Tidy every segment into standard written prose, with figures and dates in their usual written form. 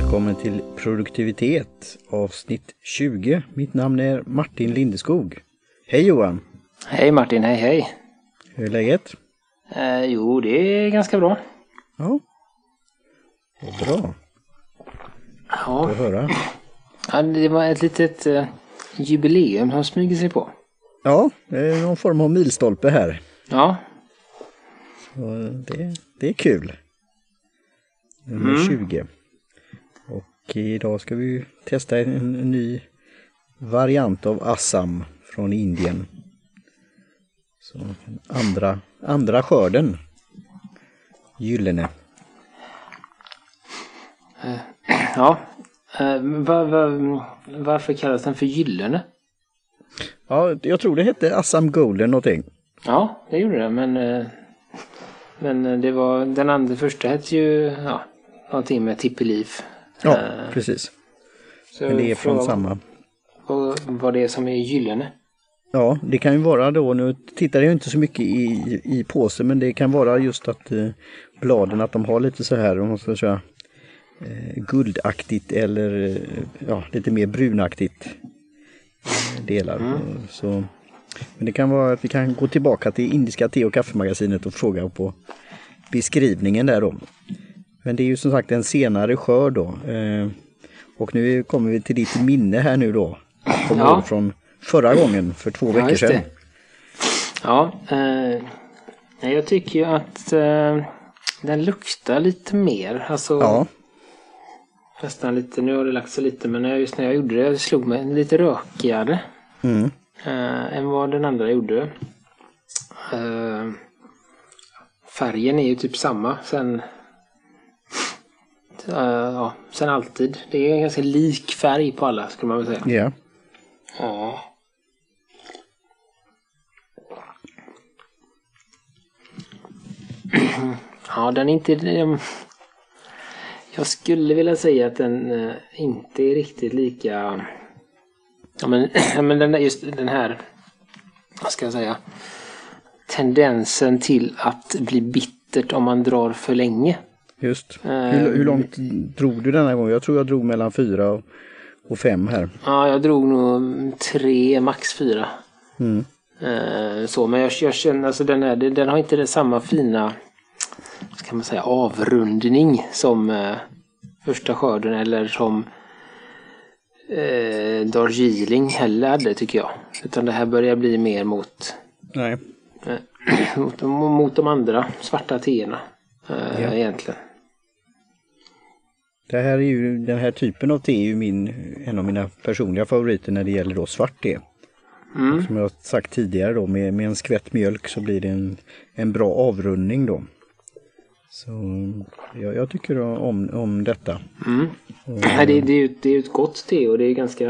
välkommen till produktivitet avsnitt 20. Mitt namn är Martin Lindeskog. Hej Johan! Hej Martin, hej! Hur är läget? Jo, det är ganska bra. Ja, bra. Ja. Att höra. Ja, det var ett litet jubileum som smyger sig på. Ja, det är någon form av milstolpe här. Ja. Så det är kul. Nummer 20. Och idag ska vi testa en ny variant av Assam från Indien. Så andra skörden. Gyllene. Ja. Varför kallas den för gyllene? Ja, jag tror det hette Assam Golden någonting. Ja, det gjorde det, men det var den andra första hette ju någonting med tippeliv. Ja, precis. Så men det är från samma. Vad det är som är gyllene? Ja, det kan ju vara då, nu tittar jag inte så mycket i påsen, men det kan vara just att bladen, att de har lite så här, om man ska säga, guldaktigt eller lite mer brunaktigt delar. Så, men det kan vara att vi kan gå tillbaka till Indiska te- och kaffemagasinet och fråga på beskrivningen där då. Men det är ju som sagt en senare skörd då. Och nu kommer vi till ditt minne här nu då. Från förra gången, för 2 veckor sedan. Ja, jag tycker ju att den luktar lite mer. Alltså, nästan lite, nu har det lagt sig lite, men när jag gjorde det slog mig lite rökigare än vad den andra gjorde. Färgen är ju typ samma sen alltid. Det är en ganska lik färg på alla, skulle man väl säga. Ja. Ja. Ja, den är inte... Jag skulle vilja säga att den inte är riktigt lika... Ja, men den är just den här... Vad ska jag säga? Tendensen till att bli bittert om man drar för länge. Just. Hur långt drog du denna gång? Jag tror jag drog mellan 4 och 5 här. Ja, jag drog nog 3, max 4. Så, men jag känner alltså den har inte samma fina, ska man säga, avrundning som första skörden eller som Darjeeling heller hade, tycker jag. Utan det här börjar bli mer mot de andra svarta teerna egentligen. Det här är ju, den här typen av te är ju en av mina personliga favoriter när det gäller då svart te. Som jag har sagt tidigare då, med en skvätt mjölk så blir det en bra avrundning då. Så jag tycker om detta. Det är ju ett gott te och det är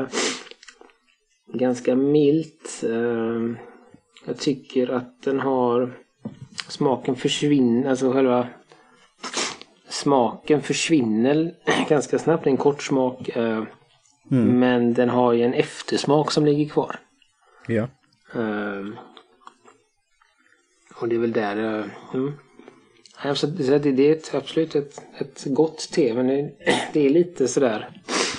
ganska milt. Jag tycker att den har smaken försvinner, alltså själva smaken försvinner ganska snabbt. Det är en kort smak, men den har ju en eftersmak som ligger kvar. Ja. Och det är väl där alltså, det är absolut ett gott te, men det är lite sådär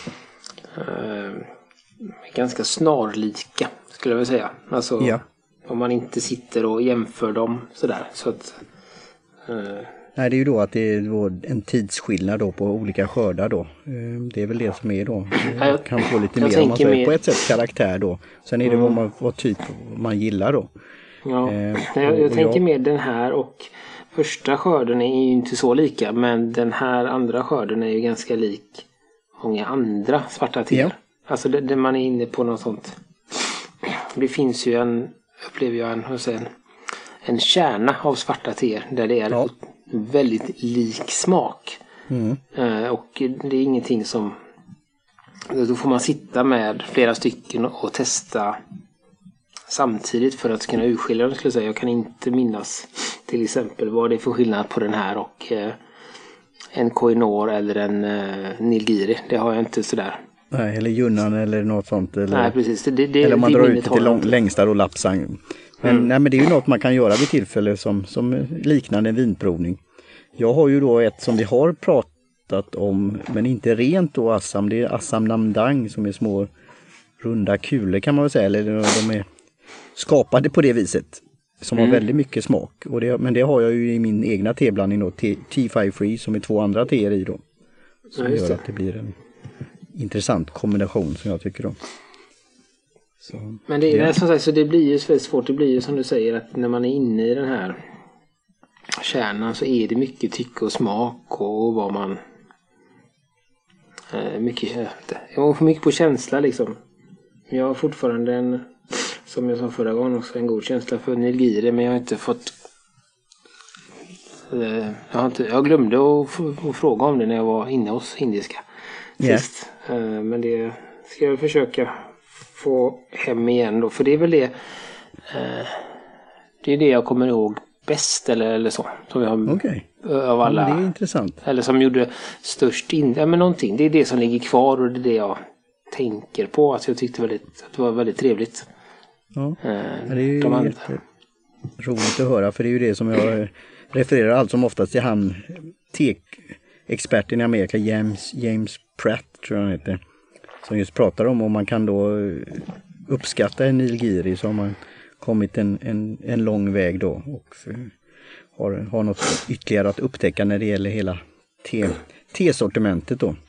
ganska snarlika, skulle jag vilja säga. Alltså, om man inte sitter och jämför dem sådär. Så att, nej, det är ju då att det är en tidsskillnad då på olika skördar då. Det är väl det som är då. Man kan få lite mer, om man säger, på ett sätt karaktär då. Sen är det vad typ man gillar då. Ja, jag tänker med den här, och första skörden är ju inte så lika, men den här andra skörden är ju ganska lik många andra svarta teer. Ja. Alltså det man är inne på något sånt. Det finns ju upplever jag en kärna av svarta teer där det är väldigt lik smak. Och det är ingenting som... Då får man sitta med flera stycken och testa samtidigt för att kunna urskilja det, skulle jag säga. Jag kan inte minnas till exempel vad det är för skillnad på den här och en Koh-i-Noor eller en Nilgiri. Det har jag inte sådär. Nej, eller Yunnan eller något sånt. Eller, nej, precis. Eller man drar ut till längsta då Lapsang. Men, nej, men det är ju något man kan göra vid tillfälle som liknande en vinprovning. Jag har ju då ett som vi har pratat om, men inte rent då Assam. Det är Assam Namdang som är små runda kulor kan man väl säga. Eller de är skapade på det viset. Som har väldigt mycket smak. Men det har jag ju i min egna teblandning då. T5 Free som är 2 andra teer i då. Som gör att det blir en intressant kombination som jag tycker om. Så, men det är som sagt, så det blir ju väldigt svårt. Det blir ju som du säger att när man är inne i den här kärnan så är det mycket tycke och smak och vad man jag får mycket på känsla liksom. Jag har fortfarande som jag sa förra gången också, en god känsla för Nilgiri, men jag har inte fått jag glömde att fråga om det när jag var inne hos indiska sist. Men det ska jag försöka få hem igen då, för det är väl det det är det jag kommer ihåg bäst eller så som jag av alla. Det är intressant. Eller som gjorde störst men någonting. Det är det som ligger kvar och det är det jag tänker på. Alltså jag tyckte att det var väldigt trevligt. Ja, det är ju roligt att höra, för det är ju det som jag refererar allt som oftast till han experten i Amerika, James Pratt tror jag han heter, som just pratar om man kan då uppskatta en Nilgiri, så har man kommit en lång väg då och har något ytterligare att upptäcka när det gäller hela tesortimentet då.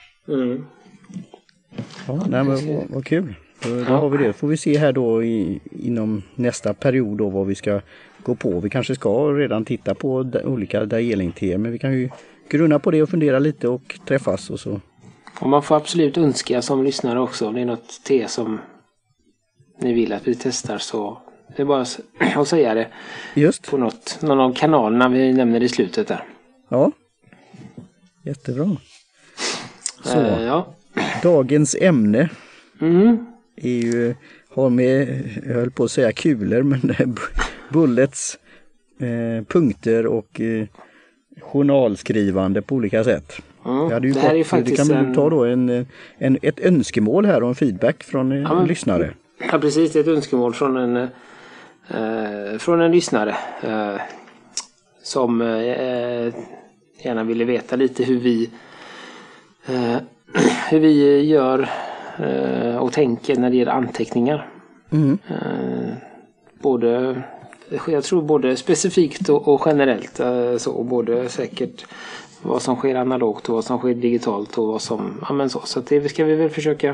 Ja, nej, men vad kul. Då har vi det. Får vi se här då inom nästa period då vad vi ska gå på. Vi kanske ska redan titta på olika Darjeeling-te, men vi kan ju grunna på det och fundera lite och träffas och så. Och man får absolut önska som lyssnare också, om det är något te som ni vill att vi testar, så det är bara att säga det. Just. På någon av kanalerna vi nämner i slutet där. Ja, jättebra. Så, dagens ämne är ju, har med, jag höll på att säga kulor, men bullets, punkter och journalskrivande på olika sätt. Det här är faktiskt det kan du ta då ett önskemål här och en feedback från en lyssnare. Ja, precis, ett önskemål från en lyssnare som gärna ville veta lite hur vi gör och tänker när det gäller anteckningar. Jag tror både specifikt och generellt, så både säkert vad som sker analogt och vad som sker digitalt och vad som så det ska vi väl försöka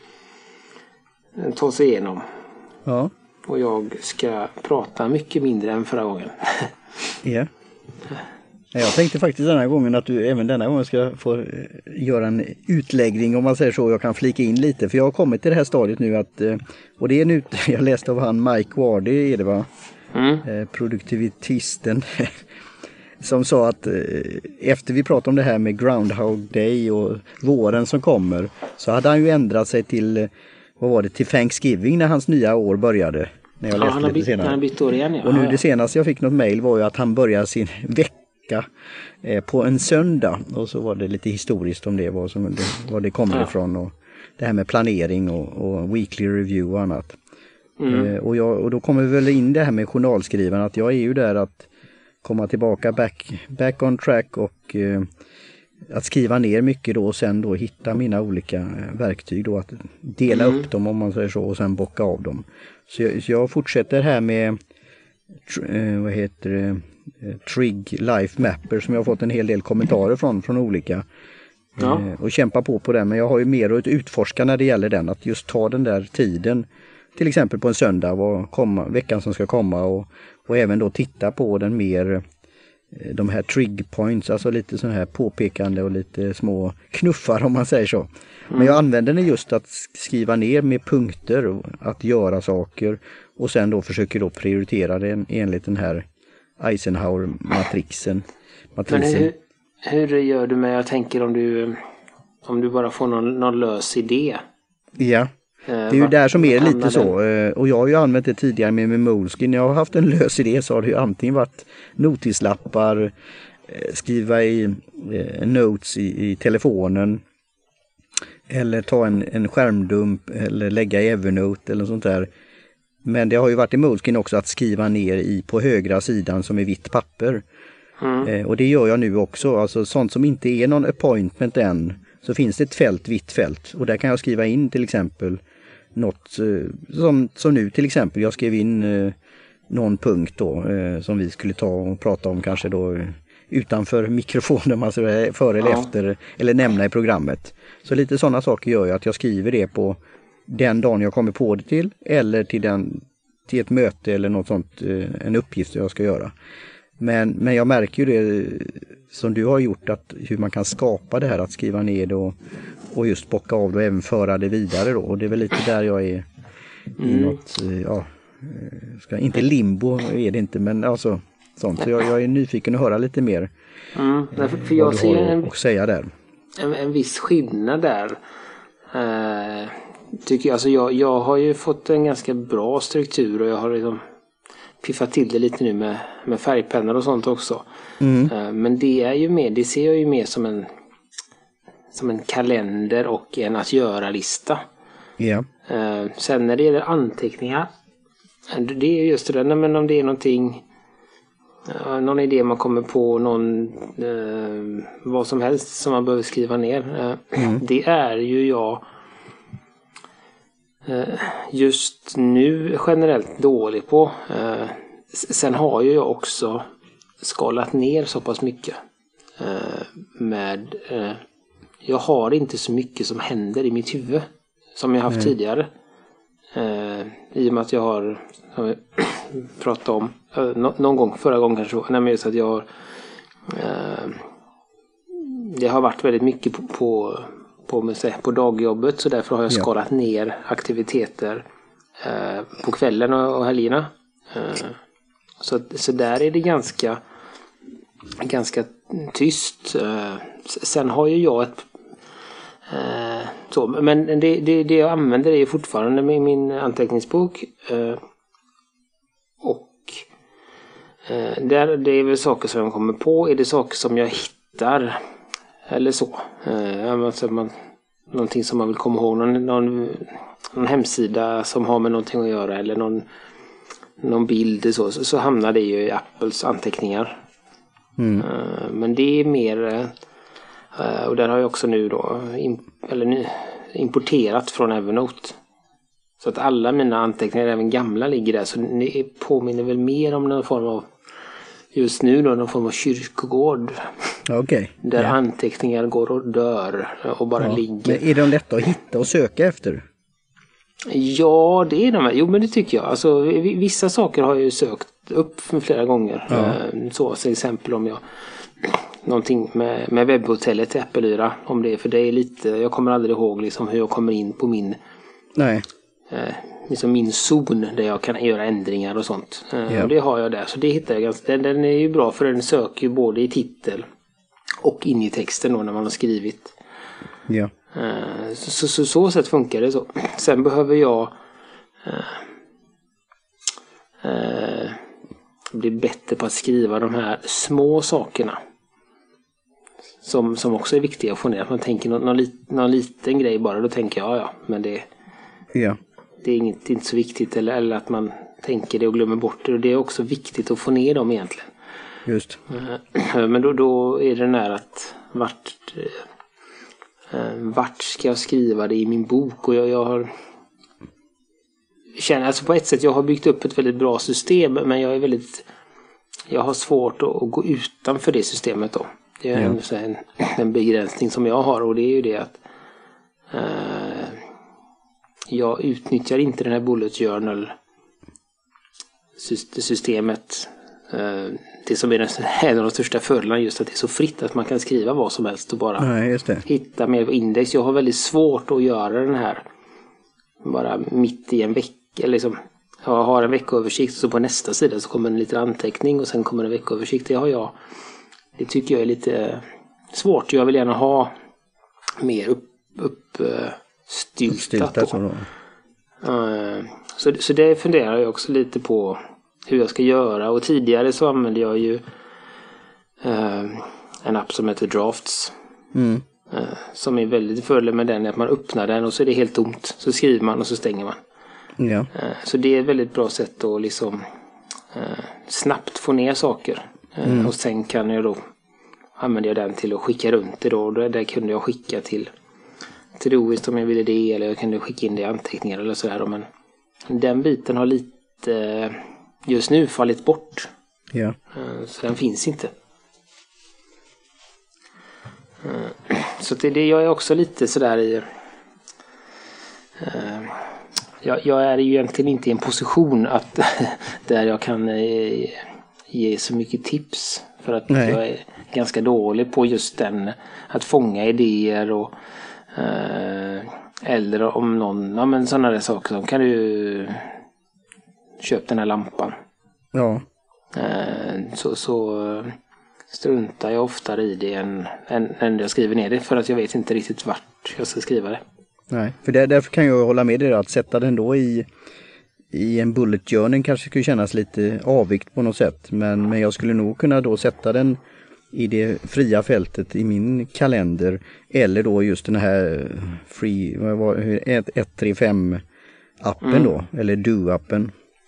ta sig igenom. Ja. Och jag ska prata mycket mindre än förra gången. Ja. Jag tänkte faktiskt denna gången att du även denna gången ska få göra en utläggning, om man säger så. Jag kan flika in lite, för jag har kommit till det här stadiet nu att, och det är jag läste av han Mike Wardy, är det va? Produktivitisten som sa att efter vi pratade om det här med Groundhog Day och våren som kommer, så hade han ju ändrat sig till, vad var det, till Thanksgiving när hans nya år började. När jag läste lite senare. Han har bytt år igen, ja. Och nu det senaste jag fick något mejl var ju att han började sin vecka på en söndag, och så var det lite historiskt om det, var det kommer ifrån, och det här med planering och weekly review och annat. Och då kommer vi väl in det här med journalskrivaren, att jag är ju där att komma tillbaka back on track och att skriva ner mycket då, och sen då hitta mina olika verktyg då, att dela upp dem om man säger så, och sen bocka av dem. Så jag fortsätter här med Trig Life Mapper, som jag har fått en hel del kommentarer från olika och kämpa på den, men jag har ju mer att utforska när det gäller den, att just ta den där tiden, till exempel på en söndag, veckan som ska komma, och även då titta på den mer, de här trig points, alltså lite sån här påpekande och lite små knuffar om man säger så. Men jag använder den just att skriva ner med punkter och att göra saker, och sen då försöker då prioritera den enligt den här Eisenhower-matrisen. Men hur gör du med, jag tänker om du bara får någon lös idé? Ja. Det är ju där som är lite så, och jag har ju använt det tidigare med Moleskine. När jag har haft en lös idé så har det ju antingen varit notislappar, skriva i notes i telefonen, eller ta en skärmdump eller lägga i Evernote eller sånt där. Men det har ju varit i Moleskine också att skriva ner på högra sidan som är vitt papper. Och det gör jag nu också. Alltså sånt som inte är någon appointment än, så finns det ett vitt fält. Och där kan jag skriva in till exempel något som nu till exempel. Jag skrev in någon punkt då som vi skulle ta och prata om kanske då utanför mikrofonen, alltså före eller efter, eller nämna i programmet. Så lite sådana saker gör jag att jag skriver det på den dagen jag kommer på det till, eller till ett möte eller något sånt, en uppgift jag ska göra. Men jag märker ju det som du har gjort, att hur man kan skapa det här att skriva ner det och just bocka av det och även föra det vidare då. Och det är väl lite där jag är i något, inte limbo är det inte, men alltså sånt. Så jag är nyfiken att höra lite mer för jag ser och säga där. En viss skillnad där. Tycker jag. Alltså jag har ju fått en ganska bra struktur och jag har liksom piffat till det lite nu med färgpennor och sånt också. Men det ser jag ju mer som en kalender och en att göra-lista. Ja. Sen när det gäller anteckningar, det är just det där, men om det är någon idé man kommer på, vad som helst som man behöver skriva ner. Det är ju jag just nu generellt dålig på. Sen har ju jag också skalat ner så pass mycket jag har inte så mycket som händer i mitt huvud som jag haft tidigare. I och med att jag har pratat om någon gång, förra gången kanske, nämligen så att jag har det har varit väldigt mycket på dagjobbet, så därför har jag skalat ner aktiviteter på kvällen och helgerna. Så där är det ganska tyst. Sen har ju jag men det jag använder är fortfarande med min anteckningsbok. Det är väl saker som jag kommer på. Är det saker som jag hittar eller så? Någonting som man vill komma ihåg. Någon hemsida som har med någonting att göra, eller någon bild så hamnar det ju i Apples anteckningar. Men det är mer, och där har jag också nu då importerat från Evernote. Så att alla mina anteckningar, även gamla, ligger där. Så det påminner väl mer om någon form av, just nu då, någon form av kyrkogård. Okay. Där anteckningar går och dör och bara ligger. Men är de lätta att hitta och söka efter? Ja, det är de. Jo, men det tycker jag. Alltså, vissa saker har jag ju sökt upp flera gånger. Så till exempel om jag någonting med webbhotellet till Appelyra, om det är, för det är lite, jag kommer aldrig ihåg liksom hur jag kommer in på min liksom min zon där jag kan göra ändringar och sånt. Och det har jag där, så det hittar jag ganska. Den är ju bra, för den söker ju både i titel och in i texten då när man har skrivit. Ja. Så sätt funkar det så. Sen behöver jag bli bättre på att skriva de här små sakerna som också är viktiga att få ner. Att man tänker någon liten grej bara, då tänker jag men det är inte så viktigt, eller att man tänker det och glömmer bort det, och det är också viktigt att få ner dem egentligen. Just. Men då är det nära att vart ska jag skriva det i min bok, och jag känner, alltså på ett sätt jag har byggt upp ett väldigt bra system, men jag har svårt att gå utanför det systemet då. Det är en begränsning som jag har, och det är ju det att jag utnyttjar inte den här bullet journal systemet. Det som är en av de största fördelarna, just att det är så fritt att man kan skriva vad som helst och bara hitta mer index. Jag har väldigt svårt att göra den här bara mitt i en vecka, liksom. Jag har en veckoöversikt, så på nästa sida så kommer en liten anteckning och sen kommer en veckoöversikt. Det tycker jag är lite svårt. Jag vill gärna ha mer uppstyltat. Så det funderar jag också lite på hur jag ska göra. Och tidigare så använde jag ju en app som heter Drafts. Som är väldigt fördel med den, att man öppnar den och så är det helt tomt. Så skriver man och så stänger man. Så det är ett väldigt bra sätt att liksom snabbt få ner saker. Och sen kan jag då använda jag den till att skicka runt det då. Där kunde jag skicka till Todoist om jag ville det, eller jag kunde skicka in det i anteckningar eller sådär. Men den biten har lite just nu fallit bort. Ja. Så den finns inte. Så det jag är också lite sådär i... Jag är ju egentligen inte i en position att där jag kan ge så mycket tips. För att jag är ganska dålig på just den, att fånga idéer och eller om någon, ja men sådana där saker som kan du köpa den här lampan. Ja. Så struntar jag oftare i det än jag skriver ner det, för att jag vet inte riktigt vart jag ska skriva det. Nej, för därför kan jag hålla med dig att sätta den då i en bullet journal kanske skulle kännas lite avvikt på något sätt. Men jag skulle nog kunna då sätta den i det fria fältet i min kalender, eller då just den här 135-appen då, eller Do-appen.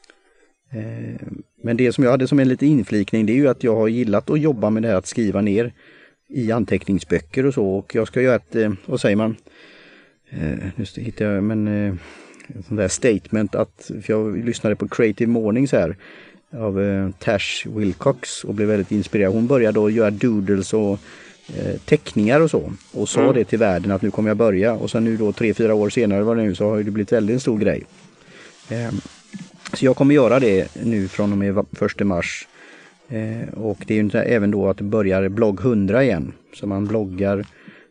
Men det som jag hade som en liten inflikning, det är ju att jag har gillat att jobba med det här att skriva ner i anteckningsböcker och så, och jag ska göra ett, vad säger man? Just hittar jag, en sån där statement att, för jag lyssnade på Creative Mornings här av Tash Wilcox och blev väldigt inspirerad. Hon började då göra doodles och teckningar och så, och sa det till världen att nu kommer jag börja, och sen nu då 3-4 år senare var det nu, så har det blivit väldigt en stor grej. Så jag kommer göra det nu från och med 1 mars. Och det är ju även då att det börjar blogg 100 igen, så man bloggar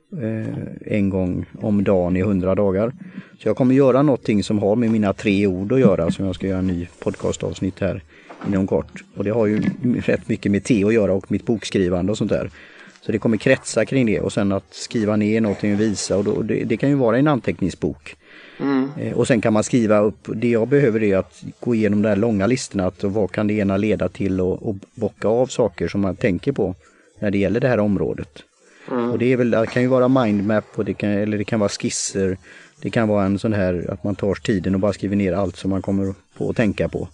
en gång om dagen i 100 dagar. Så jag kommer göra någonting som har med mina 3 ord att göra, som jag ska göra en ny podcastavsnitt här inom kort. Och det har ju rätt mycket med te att göra och mitt bokskrivande och sånt där. Så det kommer kretsa kring det, och sen att skriva ner någonting och visa, och då, det kan ju vara en anteckningsbok. Och sen kan man skriva upp, det jag behöver är att gå igenom de här långa listorna, att vad kan det ena leda till, och bocka av saker som man tänker på när det gäller det här området. Och det är väl, det kan ju vara mindmap, och det kan vara skisser, det kan vara en sån här att man tar tiden och bara skriver ner allt som man kommer på att tänka på.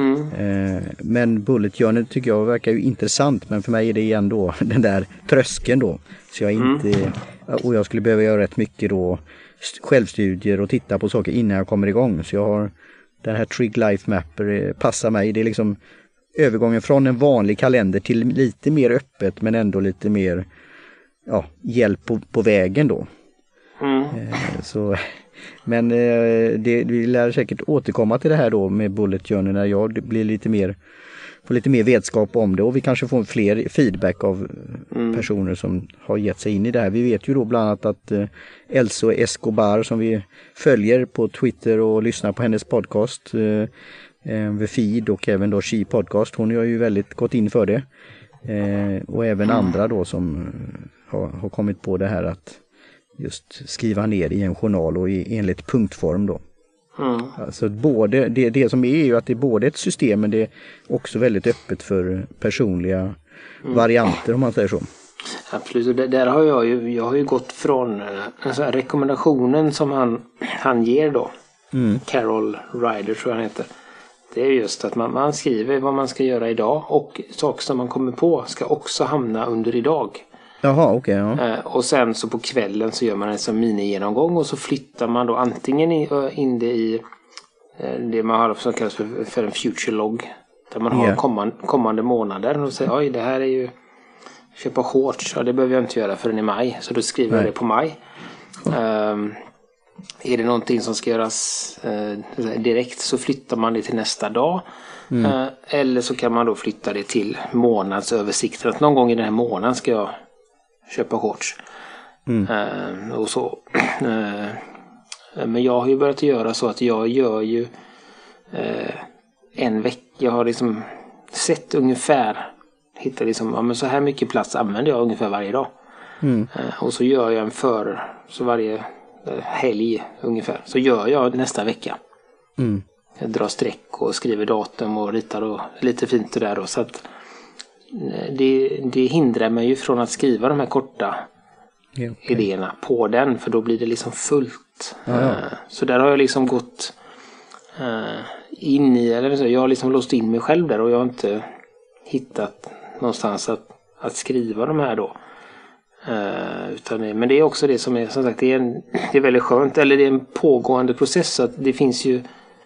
Men bullet journal tycker jag verkar ju intressant, men för mig är det igen då den där tröskeln då, så jag inte, och jag skulle behöva göra rätt mycket då självstudier och titta på saker innan jag kommer igång. Så jag har den här Trig Life Mapper, passar mig. Det är liksom övergången från en vanlig kalender till lite mer öppet, men ändå lite mer hjälp på vägen då. Så, men vi lär säkert återkomma till det här då med bullet journal när jag blir får lite mer vetskap om det, och vi kanske får fler feedback av personer som har gett sig in i det här. Vi vet ju då bland annat att Elsa Escobar, som vi följer på Twitter och lyssnar på hennes podcast vid feed, och även då She Podcast, hon har ju väldigt gått in för det. Och även andra då som har kommit på det här att just skriva ner i en journal och enligt punktform då. Alltså både, det som är ju att det är både ett system, men det är också väldigt öppet för personliga varianter, om man säger så. Absolut, där har jag har ju gått från alltså rekommendationen som han ger då. Carol Ryder tror jag han heter. Det är just att man skriver vad man ska göra idag, och saker som man kommer på ska också hamna under idag. Jaha, okej. Ja. Och sen så på kvällen så gör man en som mini-genomgång, och så flyttar man då antingen in det i det man har som kallas för en future log, där man har kommande månader, och säger oj, det här är ju köpa shorts, det behöver jag inte göra förrän i maj, så då skriver jag det på maj. Är det någonting som ska göras direkt, så flyttar man det till nästa dag. Eller så kan man då flytta det till månadsöversikten, att någon gång i den här månaden ska jag köpa shorts. Och så. Men jag har ju börjat göra så att jag gör ju en vecka. Jag har liksom sett ungefär, hittar liksom, men så här mycket plats använder jag ungefär varje dag. Och så gör jag så varje helg ungefär, så gör jag nästa vecka. Jag drar streck och skriver datum och ritar och lite fint det där. Och så att det hindrar mig ju från att skriva de här korta idéerna på den, för då blir det liksom fullt. Så där har jag liksom gått in i, eller så, jag har liksom låst in mig själv där, och jag har inte hittat någonstans att skriva de här då. Men det är också det som är, som sagt, det är väldigt skönt, eller det är en pågående process, så att det finns ju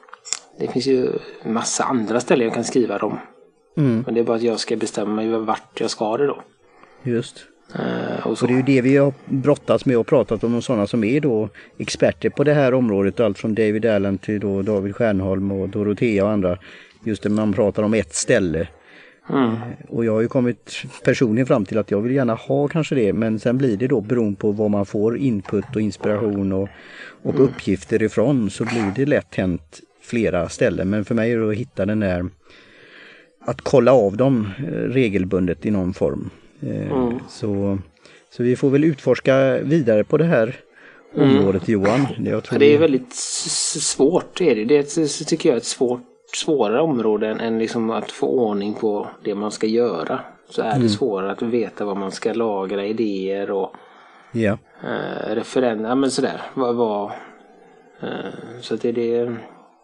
massa andra ställen jag kan skriva dem. Men det är bara att jag ska bestämma mig vart jag ska det då. Just. Och det är ju det vi har brottats med och pratat om sådana som är då experter på det här området, allt från David Allen till då David Stjernholm och Dorothea och andra, just när man pratar om ett ställe. Och jag har ju kommit personligen fram till att jag vill gärna ha kanske det, men sen blir det då beroende på vad man får input och inspiration och uppgifter ifrån, så blir det lätt hänt flera ställen. Men för mig är det att hitta den där, att kolla av dem regelbundet i någon form. Så vi får väl utforska vidare på det här området, Johan. Det är väldigt svårt. Det tycker jag är ett svårare område än liksom att få ordning på det man ska göra. Så är det svårare att veta vad man ska lagra, idéer och referenser, men sådär. Så att det är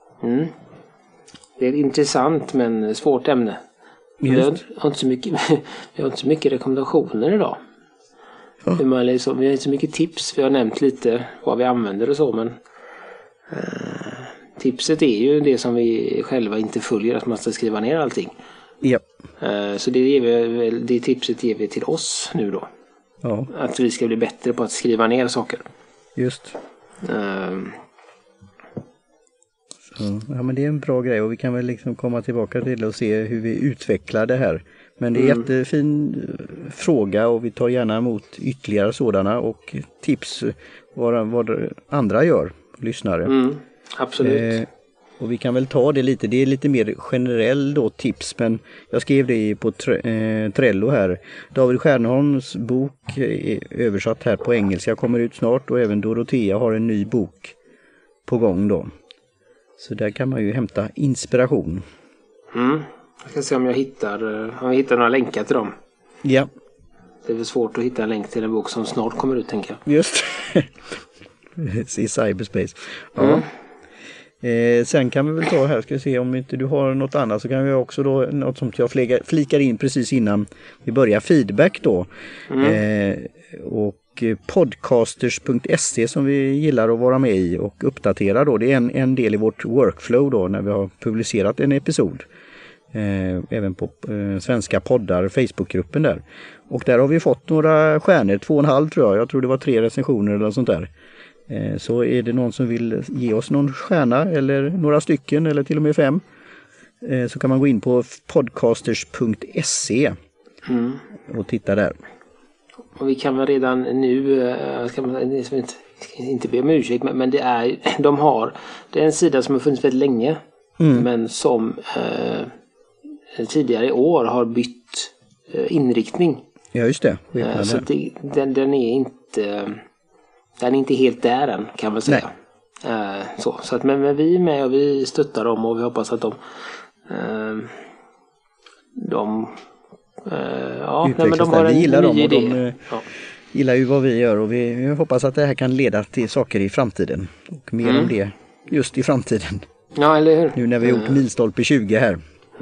ett intressant men svårt ämne. Vi har inte så mycket rekommendationer idag. Vi har inte så mycket tips. Vi har nämnt lite vad vi använder och så, men tipset är ju det som vi själva inte följer, att man ska skriva ner allting. Så det tipset ger vi till oss nu då. Att vi ska bli bättre på att skriva ner saker. Just. Ja, men det är en bra grej, och vi kan väl liksom komma tillbaka till och se hur vi utvecklar det här. Men det är en jättefin fråga, och vi tar gärna emot ytterligare sådana och tips vad andra gör, lyssnare. Absolut. Och vi kan väl ta det lite, det är lite mer generell då tips, men jag skrev det på Trello här. David Stjernholms bok är översatt här på engelska, kommer ut snart, och även Dorothea har en ny bok på gång då. Så där kan man ju hämta inspiration. Jag ska se om jag hittar några länkar till dem. Ja. Det är väl svårt att hitta en länk till en bok som snart kommer ut, tänker jag. Just. I cyberspace. Ja. Sen kan vi väl ta här, ska vi se om inte du har något annat, så kan vi också då, något som jag flikar in precis innan vi börjar, feedback då. Och podcasters.se som vi gillar att vara med i och uppdatera då. Det är en del i vårt workflow då när vi har publicerat en episod. Även på svenska poddar, Facebookgruppen där. Och där har vi fått några stjärnor, 2,5 tror jag. Jag tror det var 3 recensioner eller sånt där. Så är det någon som vill ge oss någon stjärna eller några stycken eller till och med 5, så kan man gå in på podcasters.se och titta där. Och vi kan väl redan nu, inte be om ursäkt, men det är en sida som har funnits väldigt länge, men som tidigare i år har bytt inriktning. Ja, just det. Så den är inte helt där än, kan man säga. Så att, men vi är med och vi stöttar dem, och vi hoppas att de har en gillar ny dem, idé. och de gillar ju vad vi gör, och vi hoppas att det här kan leda till saker i framtiden, och mer om det just i framtiden. Ja, eller hur? Nu när vi har gjort milstolpe 20 här.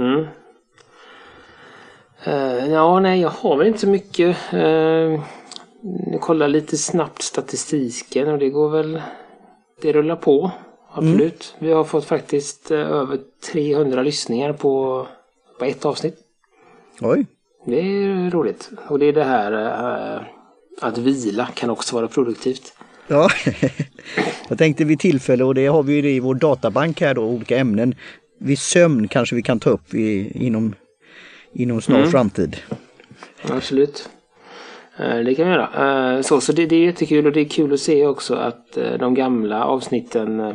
Jag har väl inte så mycket. Jag kollar lite snabbt statistiken, och det rullar på. Absolut. Vi har fått faktiskt över 300 lyssningar på ett avsnitt. Oj. Det är roligt. Och det är det här att vila kan också vara produktivt. Ja, jag tänkte vid tillfälle, och det har vi ju i vår databank här då, olika ämnen. Vid sömn kanske vi kan ta upp inom snar framtid. Absolut. Det kan vi göra. Så det är jättekul, och det är kul att se också att de gamla avsnitten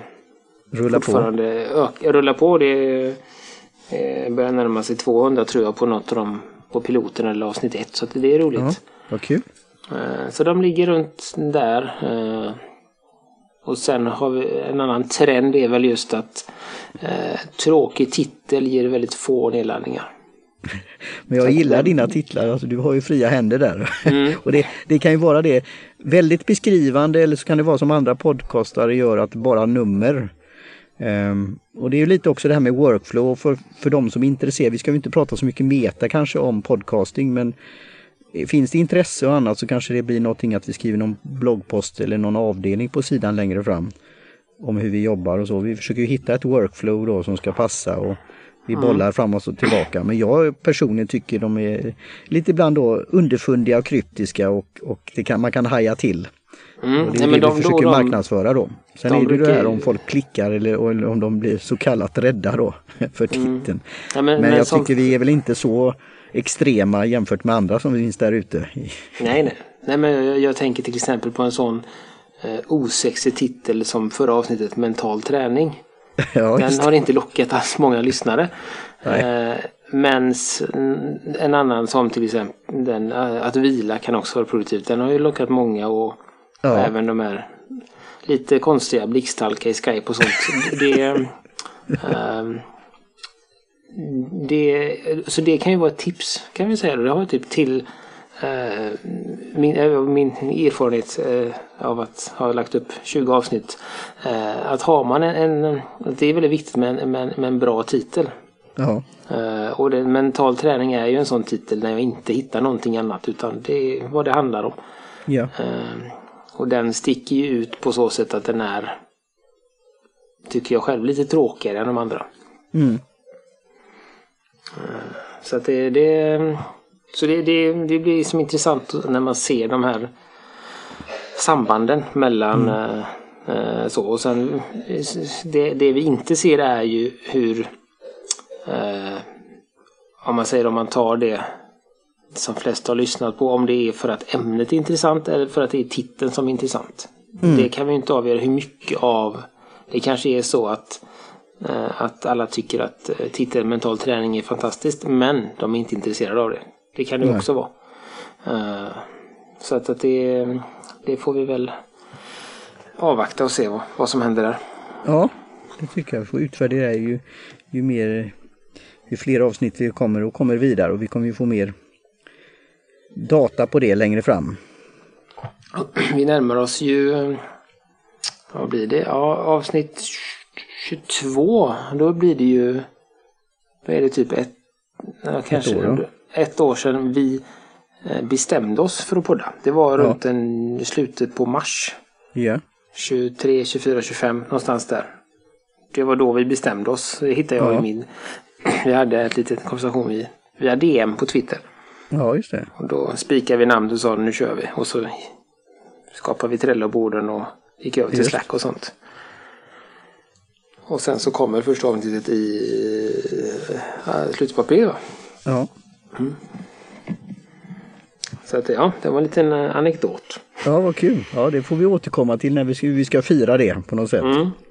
rullar på. Det börjar närma sig 200 tror jag på något av dem, på piloten eller avsnitt 1, så att det är roligt. Ja, vad kul. Så de ligger runt där. Och sen har vi en annan trend, är väl just att tråkig titel ger väldigt få nedladdningar. Men jag gillar dina titlar, alltså du har ju fria händer där. Och det kan ju vara det väldigt beskrivande, eller så kan det vara som andra podcastare gör, att bara nummer. Och det är ju lite också det här med workflow för de som är intresserade. Vi ska ju inte prata så mycket meta kanske om podcasting, men finns det intresse och annat så kanske det blir någonting att vi skriver någon bloggpost eller någon avdelning på sidan längre fram om hur vi jobbar och så. Vi försöker ju hitta ett workflow då som ska passa och vi bollar fram och tillbaka. Men jag personligen tycker de är lite ibland då underfundiga och kryptiska och man kan haja till. Och det är det vi försöker marknadsföra då. Sen är det här om folk klickar eller om de blir så kallat rädda då för titeln. Men jag tycker vi är väl inte så extrema jämfört med andra som finns där ute. Nej, men jag tänker till exempel på en sån osexig titel som förra avsnittet, mental träning. Ja, den har inte lockat alls många lyssnare. Men en annan som till exempel att vila kan också vara produktivt. Den har ju lockat många och även de här lite konstiga blixthalka i Skype och sånt. Så det kan ju vara ett tips kan vi säga. Det har typ till min erfarenhet av att ha lagt upp 20 avsnitt att har man det är väldigt viktigt med en bra titel. Och mental träning är ju en sån titel när jag inte hittar någonting annat utan det är vad det handlar om. Och den sticker ju ut på så sätt att den är, tycker jag själv, lite tråkigare än de andra. Så att det blir som intressant när man ser de här sambanden mellan så. Och sen det vi inte ser är ju hur om man tar det som flest har lyssnat på, om det är för att ämnet är intressant eller för att det är titeln som är intressant. Det kan vi inte avgöra hur mycket av. Det kanske är så att alla tycker att titeln mental träning är fantastiskt, men de är inte intresserade av det. Det kan det också vara. Så att det får vi väl avvakta och se vad som händer där. Ja, det tycker jag. Vi får utvärdera ju fler avsnitt vi kommer vidare och vi kommer ju få mer data på det längre fram. Vi närmar oss ju, vad blir det? Ja, avsnitt 22. Då blir det ju, då är det typ ett år sedan vi bestämde oss för att podda. Det var runt slutet på mars. 23, 24, 25 någonstans där. Det var då vi bestämde oss. Det hittade jag i min. Vi hade ett litet konversation via DM på Twitter. Ja, just det. Och då spikade vi namnet och sa nu kör vi. Och så skapade vi Trello-borden och gick över till Slack och sånt. Och sen så kommer första avsnittet i slutet på april. Ja. Så att det var en liten anekdot. Ja, vad kul. Ja, det får vi återkomma till när vi ska fira det på något sätt.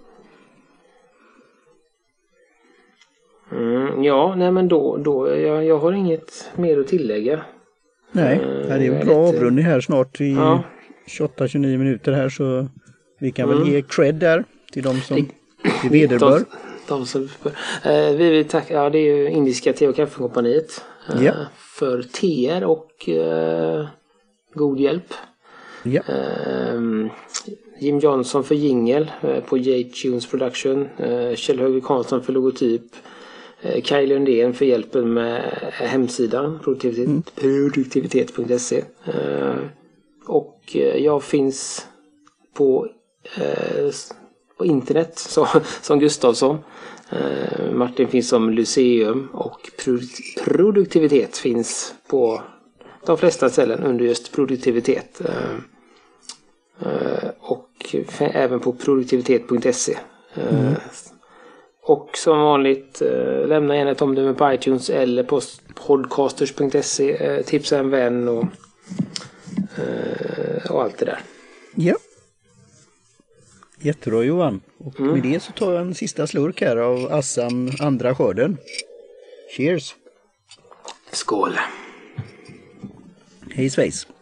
Ja, nej men då jag har inget mer att tillägga. Nej, det är en bra avrundning här snart i 28-29 minuter här, så vi kan väl ge cred där till de som är vederbör. Vi vill tacka, det är ju Indiska te- och kaffekompaniet för teer och god hjälp. Jim Johnson för jingle på J-Tunes Production, Kjell Högvik Karlsson för logotyp, Kaj Lundén för hjälpen med hemsidan produktivitet.se, och jag finns på internet som Gustavsson. Martin finns som Lyceum och produktivitet finns på de flesta ställen under just produktivitet. Och även på produktivitet.se. Och som vanligt lämna gärna ett omdöme på iTunes eller på podcasters.se, tipsa en vän och allt det där. Ja. Jättebra Johan. Och med det så tar jag en sista slurk här av Assam andra skörden. Cheers. Skål. Hej svejs.